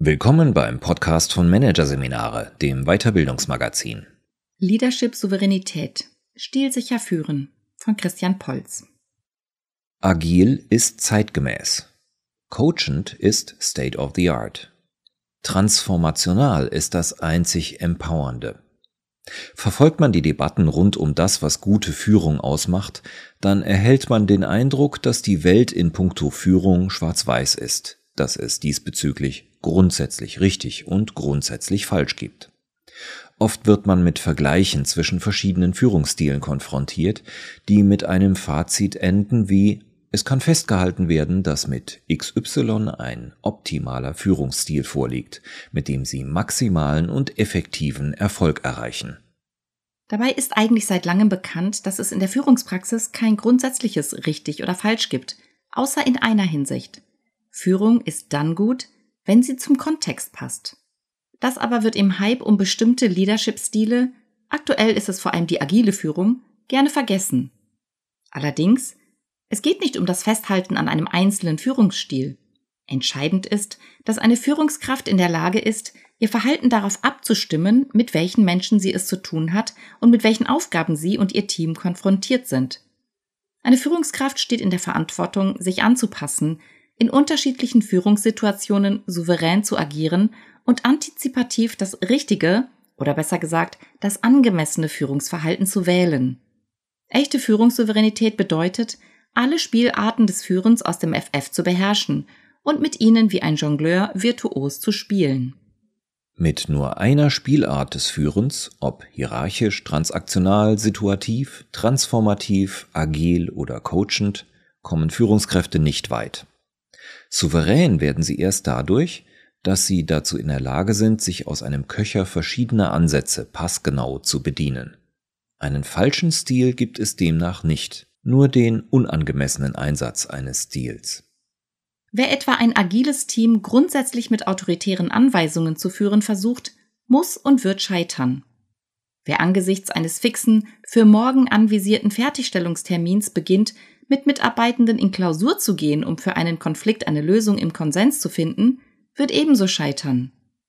Willkommen beim Podcast von Managerseminare, dem Weiterbildungsmagazin. Leadership Souveränität. Stilsicher führen von Christian Polz. Agil ist zeitgemäß. Coachend ist State of the Art. Transformational ist das einzig Empowernde. Verfolgt man die Debatten rund um das, was gute Führung ausmacht, dann erhält man den Eindruck, dass die Welt in puncto Führung schwarz-weiß ist, dass es diesbezüglich grundsätzlich richtig und grundsätzlich falsch gibt. Oft wird man mit Vergleichen zwischen verschiedenen Führungsstilen konfrontiert, die mit einem Fazit enden wie: Es kann festgehalten werden, dass mit XY ein optimaler Führungsstil vorliegt, mit dem Sie maximalen und effektiven Erfolg erreichen. Dabei ist eigentlich seit langem bekannt, dass es in der Führungspraxis kein grundsätzliches richtig oder falsch gibt, außer in einer Hinsicht. Führung ist dann gut, wenn sie zum Kontext passt. Das aber wird im Hype um bestimmte Leadership-Stile, aktuell ist es vor allem die agile Führung, gerne vergessen. Allerdings, es geht nicht um das Festhalten an einem einzelnen Führungsstil. Entscheidend ist, dass eine Führungskraft in der Lage ist, ihr Verhalten darauf abzustimmen, mit welchen Menschen sie es zu tun hat und mit welchen Aufgaben sie und ihr Team konfrontiert sind. Eine Führungskraft steht in der Verantwortung, sich anzupassen, in unterschiedlichen Führungssituationen souverän zu agieren und antizipativ das richtige, oder besser gesagt, das angemessene Führungsverhalten zu wählen. Echte Führungssouveränität bedeutet, alle Spielarten des Führens aus dem FF zu beherrschen und mit ihnen wie ein Jongleur virtuos zu spielen. Mit nur einer Spielart des Führens, ob hierarchisch, transaktional, situativ, transformativ, agil oder coachend, kommen Führungskräfte nicht weit. Souverän werden sie erst dadurch, dass sie dazu in der Lage sind, sich aus einem Köcher verschiedener Ansätze passgenau zu bedienen. Einen falschen Stil gibt es demnach nicht, nur den unangemessenen Einsatz eines Stils. Wer etwa ein agiles Team grundsätzlich mit autoritären Anweisungen zu führen versucht, muss und wird scheitern. Wer angesichts eines fixen, für morgen anvisierten Fertigstellungstermins beginnt, mit Mitarbeitenden in Klausur zu gehen, um für einen Konflikt eine Lösung im Konsens zu finden, wird ebenso scheitern.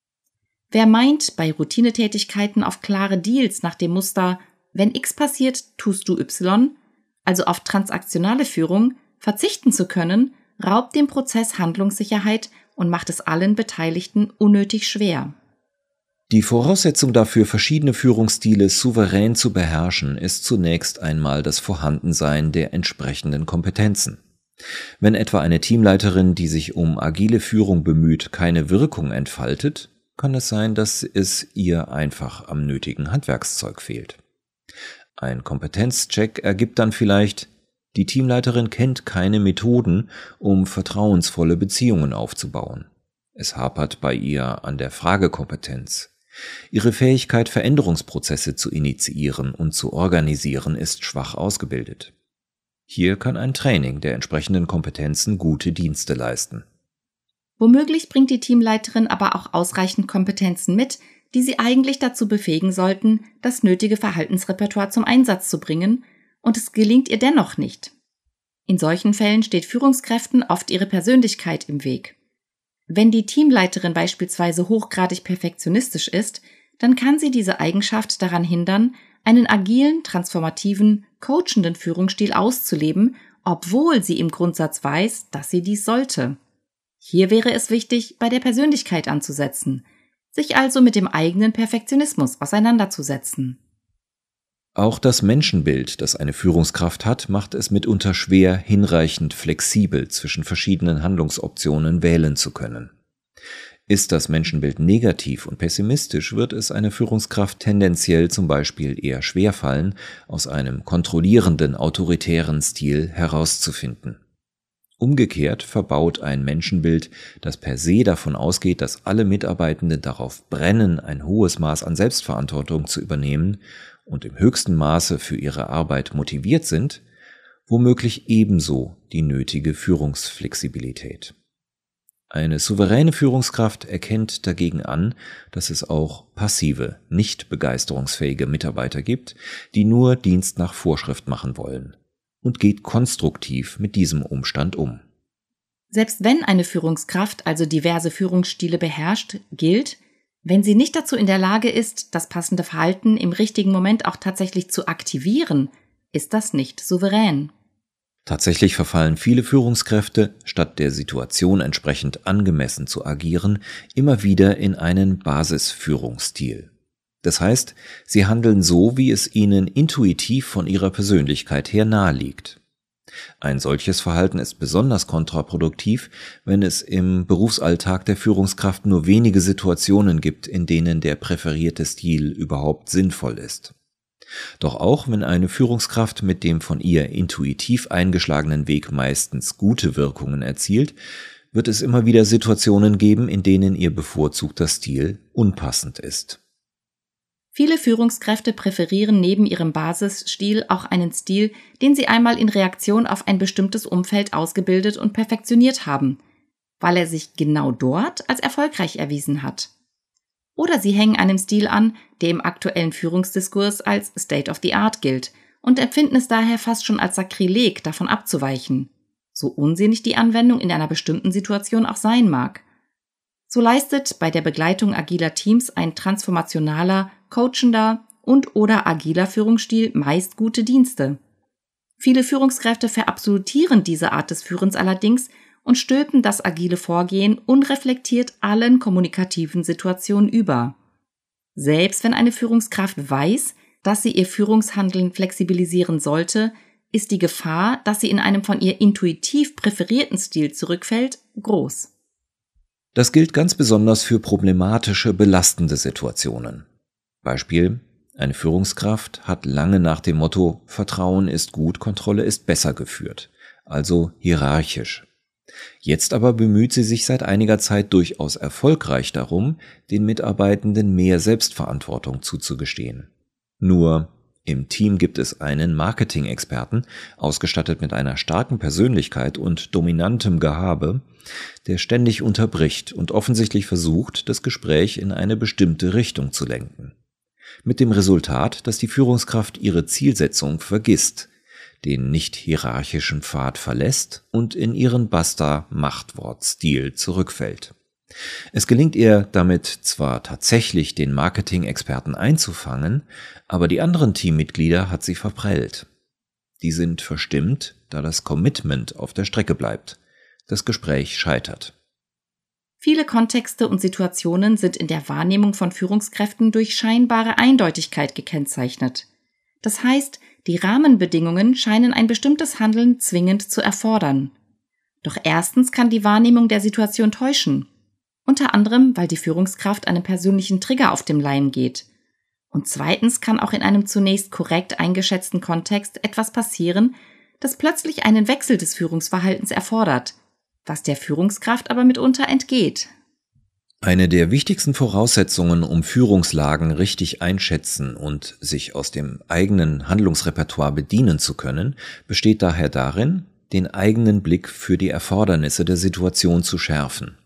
Wer meint, bei Routinetätigkeiten auf klare Deals nach dem Muster „Wenn X passiert, tust du Y", also auf transaktionale Führung, verzichten zu können, raubt dem Prozess Handlungssicherheit und macht es allen Beteiligten unnötig schwer. Die Voraussetzung dafür, verschiedene Führungsstile souverän zu beherrschen, ist zunächst einmal das Vorhandensein der entsprechenden Kompetenzen. Wenn etwa eine Teamleiterin, die sich um agile Führung bemüht, keine Wirkung entfaltet, kann es sein, dass es ihr einfach am nötigen Handwerkszeug fehlt. Ein Kompetenzcheck ergibt dann vielleicht: Die Teamleiterin kennt keine Methoden, um vertrauensvolle Beziehungen aufzubauen. Es hapert bei ihr an der Fragekompetenz. Ihre Fähigkeit, Veränderungsprozesse zu initiieren und zu organisieren, ist schwach ausgebildet. Hier kann ein Training der entsprechenden Kompetenzen gute Dienste leisten. Womöglich bringt die Teamleiterin aber auch ausreichend Kompetenzen mit, die sie eigentlich dazu befähigen sollten, das nötige Verhaltensrepertoire zum Einsatz zu bringen, und es gelingt ihr dennoch nicht. In solchen Fällen steht Führungskräften oft ihre Persönlichkeit im Weg. Wenn die Teamleiterin beispielsweise hochgradig perfektionistisch ist, dann kann sie diese Eigenschaft daran hindern, einen agilen, transformativen, coachenden Führungsstil auszuleben, obwohl sie im Grundsatz weiß, dass sie dies sollte. Hier wäre es wichtig, bei der Persönlichkeit anzusetzen, sich also mit dem eigenen Perfektionismus auseinanderzusetzen. Auch das Menschenbild, das eine Führungskraft hat, macht es mitunter schwer, hinreichend flexibel zwischen verschiedenen Handlungsoptionen wählen zu können. Ist das Menschenbild negativ und pessimistisch, wird es einer Führungskraft tendenziell zum Beispiel eher schwerfallen, aus einem kontrollierenden, autoritären Stil herauszufinden. Umgekehrt verbaut ein Menschenbild, das per se davon ausgeht, dass alle Mitarbeitenden darauf brennen, ein hohes Maß an Selbstverantwortung zu übernehmen und im höchsten Maße für ihre Arbeit motiviert sind, womöglich ebenso die nötige Führungsflexibilität. Eine souveräne Führungskraft erkennt dagegen an, dass es auch passive, nicht begeisterungsfähige Mitarbeiter gibt, die nur Dienst nach Vorschrift machen wollen, und geht konstruktiv mit diesem Umstand um. Selbst wenn eine Führungskraft also diverse Führungsstile beherrscht, gilt, wenn sie nicht dazu in der Lage ist, das passende Verhalten im richtigen Moment auch tatsächlich zu aktivieren, ist das nicht souverän. Tatsächlich verfallen viele Führungskräfte, statt der Situation entsprechend angemessen zu agieren, immer wieder in einen Basisführungsstil. Das heißt, sie handeln so, wie es ihnen intuitiv von ihrer Persönlichkeit her naheliegt. Ein solches Verhalten ist besonders kontraproduktiv, wenn es im Berufsalltag der Führungskraft nur wenige Situationen gibt, in denen der präferierte Stil überhaupt sinnvoll ist. Doch auch wenn eine Führungskraft mit dem von ihr intuitiv eingeschlagenen Weg meistens gute Wirkungen erzielt, wird es immer wieder Situationen geben, in denen ihr bevorzugter Stil unpassend ist. Viele Führungskräfte präferieren neben ihrem Basisstil auch einen Stil, den sie einmal in Reaktion auf ein bestimmtes Umfeld ausgebildet und perfektioniert haben, weil er sich genau dort als erfolgreich erwiesen hat. Oder sie hängen einem Stil an, der im aktuellen Führungsdiskurs als State of the Art gilt und empfinden es daher fast schon als Sakrileg, davon abzuweichen, so unsinnig die Anwendung in einer bestimmten Situation auch sein mag. So leistet bei der Begleitung agiler Teams ein transformationaler, coachender und/oder agiler Führungsstil meist gute Dienste. Viele Führungskräfte verabsolutieren diese Art des Führens allerdings und stülpen das agile Vorgehen unreflektiert allen kommunikativen Situationen über. Selbst wenn eine Führungskraft weiß, dass sie ihr Führungshandeln flexibilisieren sollte, ist die Gefahr, dass sie in einem von ihr intuitiv präferierten Stil zurückfällt, groß. Das gilt ganz besonders für problematische, belastende Situationen. Beispiel: Eine Führungskraft hat lange nach dem Motto Vertrauen ist gut, Kontrolle ist besser geführt, also hierarchisch. Jetzt aber bemüht sie sich seit einiger Zeit durchaus erfolgreich darum, den Mitarbeitenden mehr Selbstverantwortung zuzugestehen. Nur im Team gibt es einen Marketing-Experten, ausgestattet mit einer starken Persönlichkeit und dominantem Gehabe, der ständig unterbricht und offensichtlich versucht, das Gespräch in eine bestimmte Richtung zu lenken. Mit dem Resultat, dass die Führungskraft ihre Zielsetzung vergisst, den nicht hierarchischen Pfad verlässt und in ihren Basta-Machtwort-Stil zurückfällt. Es gelingt ihr damit zwar tatsächlich, den Marketing-Experten einzufangen, aber die anderen Teammitglieder hat sie verprellt. Die sind verstimmt, da das Commitment auf der Strecke bleibt. Das Gespräch scheitert. Viele Kontexte und Situationen sind in der Wahrnehmung von Führungskräften durch scheinbare Eindeutigkeit gekennzeichnet. Das heißt, die Rahmenbedingungen scheinen ein bestimmtes Handeln zwingend zu erfordern. Doch erstens kann die Wahrnehmung der Situation täuschen. Unter anderem, weil die Führungskraft einem persönlichen Trigger auf dem Leim geht. Und zweitens kann auch in einem zunächst korrekt eingeschätzten Kontext etwas passieren, das plötzlich einen Wechsel des Führungsverhaltens erfordert, was der Führungskraft aber mitunter entgeht. Eine der wichtigsten Voraussetzungen, um Führungslagen richtig einschätzen und sich aus dem eigenen Handlungsrepertoire bedienen zu können, besteht daher darin, den eigenen Blick für die Erfordernisse der Situation zu schärfen.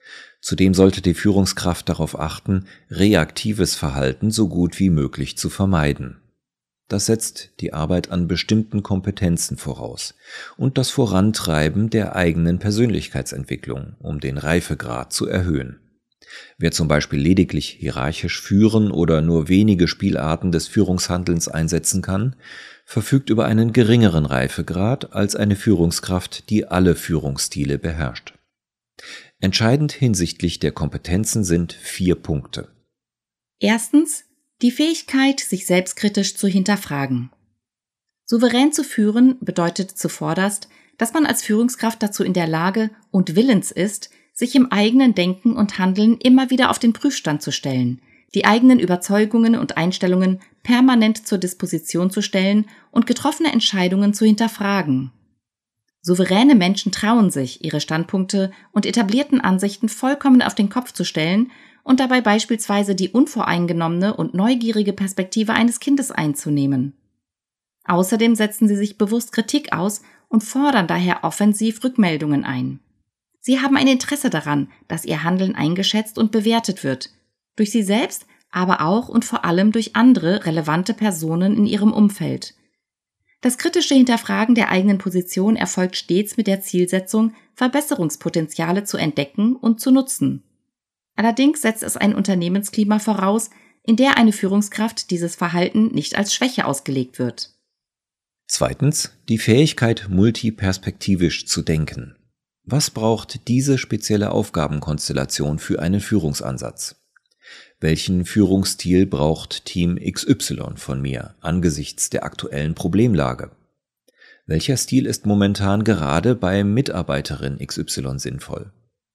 Zudem sollte die Führungskraft darauf achten, reaktives Verhalten so gut wie möglich zu vermeiden. Das setzt die Arbeit an bestimmten Kompetenzen voraus und das Vorantreiben der eigenen Persönlichkeitsentwicklung, um den Reifegrad zu erhöhen. Wer zum Beispiel lediglich hierarchisch führen oder nur wenige Spielarten des Führungshandelns einsetzen kann, verfügt über einen geringeren Reifegrad als eine Führungskraft, die alle Führungsstile beherrscht. Entscheidend hinsichtlich der Kompetenzen sind 4 Punkte. Erstens, die Fähigkeit, sich selbstkritisch zu hinterfragen. Souverän zu führen bedeutet zuvorderst, dass man als Führungskraft dazu in der Lage und willens ist, sich im eigenen Denken und Handeln immer wieder auf den Prüfstand zu stellen, die eigenen Überzeugungen und Einstellungen permanent zur Disposition zu stellen und getroffene Entscheidungen zu hinterfragen. Souveräne Menschen trauen sich, ihre Standpunkte und etablierten Ansichten vollkommen auf den Kopf zu stellen und dabei beispielsweise die unvoreingenommene und neugierige Perspektive eines Kindes einzunehmen. Außerdem setzen sie sich bewusst Kritik aus und fordern daher offensiv Rückmeldungen ein. Sie haben ein Interesse daran, dass ihr Handeln eingeschätzt und bewertet wird, durch sie selbst, aber auch und vor allem durch andere relevante Personen in ihrem Umfeld. Das kritische Hinterfragen der eigenen Position erfolgt stets mit der Zielsetzung, Verbesserungspotenziale zu entdecken und zu nutzen. Allerdings setzt es ein Unternehmensklima voraus, in der eine Führungskraft dieses Verhalten nicht als Schwäche ausgelegt wird. Zweitens, die Fähigkeit, multiperspektivisch zu denken. Was braucht diese spezielle Aufgabenkonstellation für einen Führungsansatz? Welchen Führungsstil braucht Team XY von mir angesichts der aktuellen Problemlage? Welcher Stil ist momentan gerade bei Mitarbeiterin XY sinnvoll?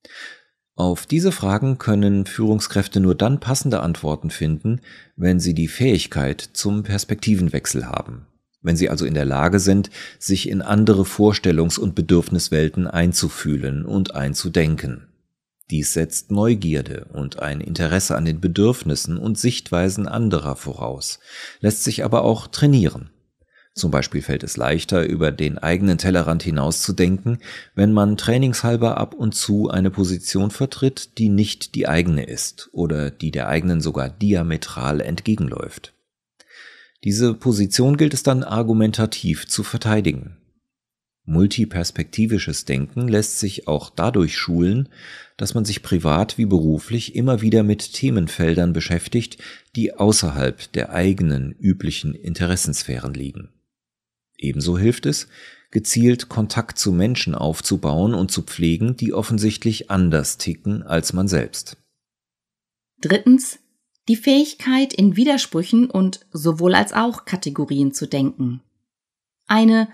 Auf diese Fragen können Führungskräfte nur dann passende Antworten finden, wenn sie die Fähigkeit zum Perspektivenwechsel haben. Wenn sie also in der Lage sind, sich in andere Vorstellungs- und Bedürfniswelten einzufühlen und einzudenken. Dies setzt Neugierde und ein Interesse an den Bedürfnissen und Sichtweisen anderer voraus, lässt sich aber auch trainieren. Zum Beispiel fällt es leichter, über den eigenen Tellerrand hinaus zu denken, wenn man trainingshalber ab und zu eine Position vertritt, die nicht die eigene ist oder die der eigenen sogar diametral entgegenläuft. Diese Position gilt es dann argumentativ zu verteidigen. Multiperspektivisches Denken lässt sich auch dadurch schulen, dass man sich privat wie beruflich immer wieder mit Themenfeldern beschäftigt, die außerhalb der eigenen üblichen Interessensphären liegen. Ebenso hilft es, gezielt Kontakt zu Menschen aufzubauen und zu pflegen, die offensichtlich anders ticken als man selbst. Drittens, die Fähigkeit, in Widersprüchen und sowohl als auch Kategorien zu denken. Eine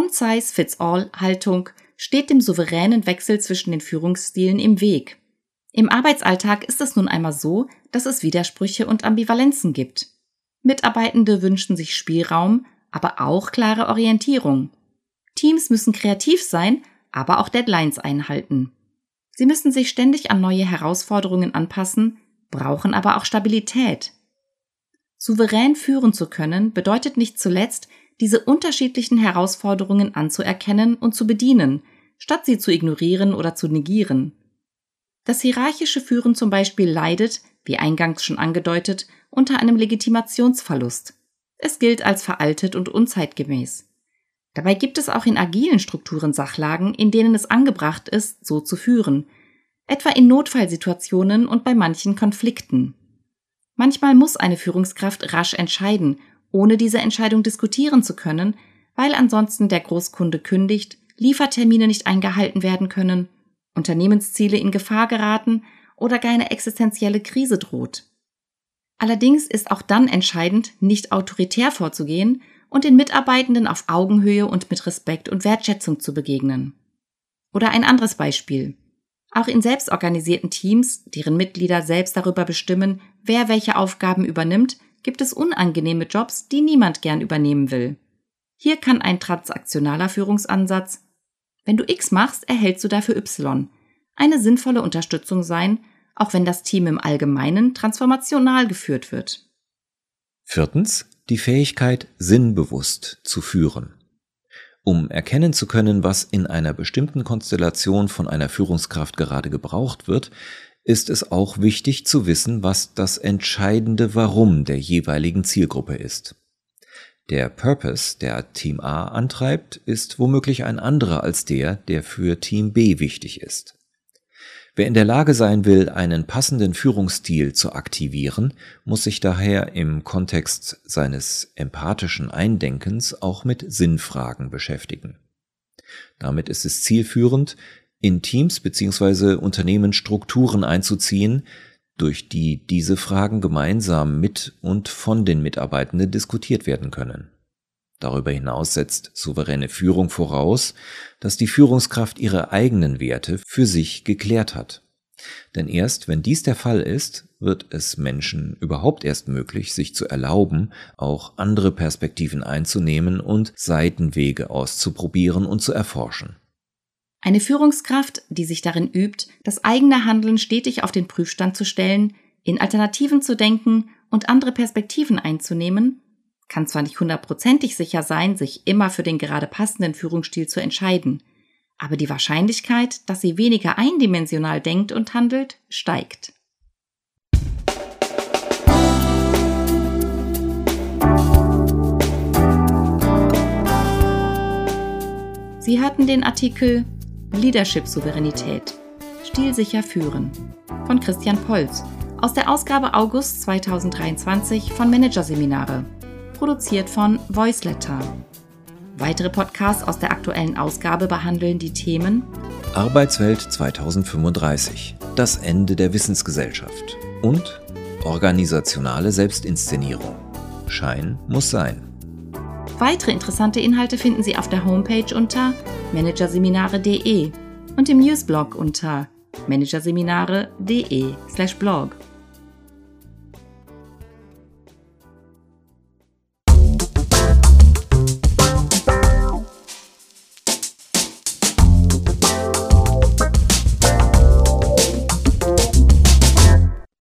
One-Size-Fits-All-Haltung steht dem souveränen Wechsel zwischen den Führungsstilen im Weg. Im Arbeitsalltag ist es nun einmal so, dass es Widersprüche und Ambivalenzen gibt. Mitarbeitende wünschen sich Spielraum, aber auch klare Orientierung. Teams müssen kreativ sein, aber auch Deadlines einhalten. Sie müssen sich ständig an neue Herausforderungen anpassen, brauchen aber auch Stabilität. Souverän führen zu können bedeutet nicht zuletzt, diese unterschiedlichen Herausforderungen anzuerkennen und zu bedienen, statt sie zu ignorieren oder zu negieren. Das hierarchische Führen zum Beispiel leidet, wie eingangs schon angedeutet, unter einem Legitimationsverlust. Es gilt als veraltet und unzeitgemäß. Dabei gibt es auch in agilen Strukturen Sachlagen, in denen es angebracht ist, so zu führen, etwa in Notfallsituationen und bei manchen Konflikten. Manchmal muss eine Führungskraft rasch entscheiden, ohne diese Entscheidung diskutieren zu können, weil ansonsten der Großkunde kündigt, Liefertermine nicht eingehalten werden können, Unternehmensziele in Gefahr geraten oder gar eine existenzielle Krise droht. Allerdings ist auch dann entscheidend, nicht autoritär vorzugehen und den Mitarbeitenden auf Augenhöhe und mit Respekt und Wertschätzung zu begegnen. Oder ein anderes Beispiel. Auch in selbstorganisierten Teams, deren Mitglieder selbst darüber bestimmen, wer welche Aufgaben übernimmt, gibt es unangenehme Jobs, die niemand gern übernehmen will. Hier kann ein transaktionaler Führungsansatz, wenn du X machst, erhältst du dafür Y, eine sinnvolle Unterstützung sein, auch wenn das Team im Allgemeinen transformational geführt wird. Viertens, die Fähigkeit, sinnbewusst zu führen. Um erkennen zu können, was in einer bestimmten Konstellation von einer Führungskraft gerade gebraucht wird, ist es auch wichtig zu wissen, was das entscheidende Warum der jeweiligen Zielgruppe ist. Der Purpose, der Team A antreibt, ist womöglich ein anderer als der für Team B wichtig ist. Wer in der Lage sein will, einen passenden Führungsstil zu aktivieren, muss sich daher im Kontext seines empathischen Eindenkens auch mit Sinnfragen beschäftigen. Damit ist es zielführend, in Teams bzw. Unternehmen Strukturen einzuziehen, durch die diese Fragen gemeinsam mit und von den Mitarbeitenden diskutiert werden können. Darüber hinaus setzt souveräne Führung voraus, dass die Führungskraft ihre eigenen Werte für sich geklärt hat. Denn erst wenn dies der Fall ist, wird es Menschen überhaupt erst möglich, sich zu erlauben, auch andere Perspektiven einzunehmen und Seitenwege auszuprobieren und zu erforschen. Eine Führungskraft, die sich darin übt, das eigene Handeln stetig auf den Prüfstand zu stellen, in Alternativen zu denken und andere Perspektiven einzunehmen, kann zwar nicht 100% sicher sein, sich immer für den gerade passenden Führungsstil zu entscheiden, aber die Wahrscheinlichkeit, dass sie weniger eindimensional denkt und handelt, steigt. Sie hörten den Artikel Leadership-Souveränität – Stilsicher führen von Christian Polz aus der Ausgabe August 2023 von Managerseminare, produziert von Voiceletter. Weitere Podcasts aus der aktuellen Ausgabe behandeln die Themen Arbeitswelt 2035 – Das Ende der Wissensgesellschaft und Organisationale Selbstinszenierung – Schein muss sein. Weitere interessante Inhalte finden Sie auf der Homepage unter managerseminare.de und im Newsblog unter managerseminare.de/blog.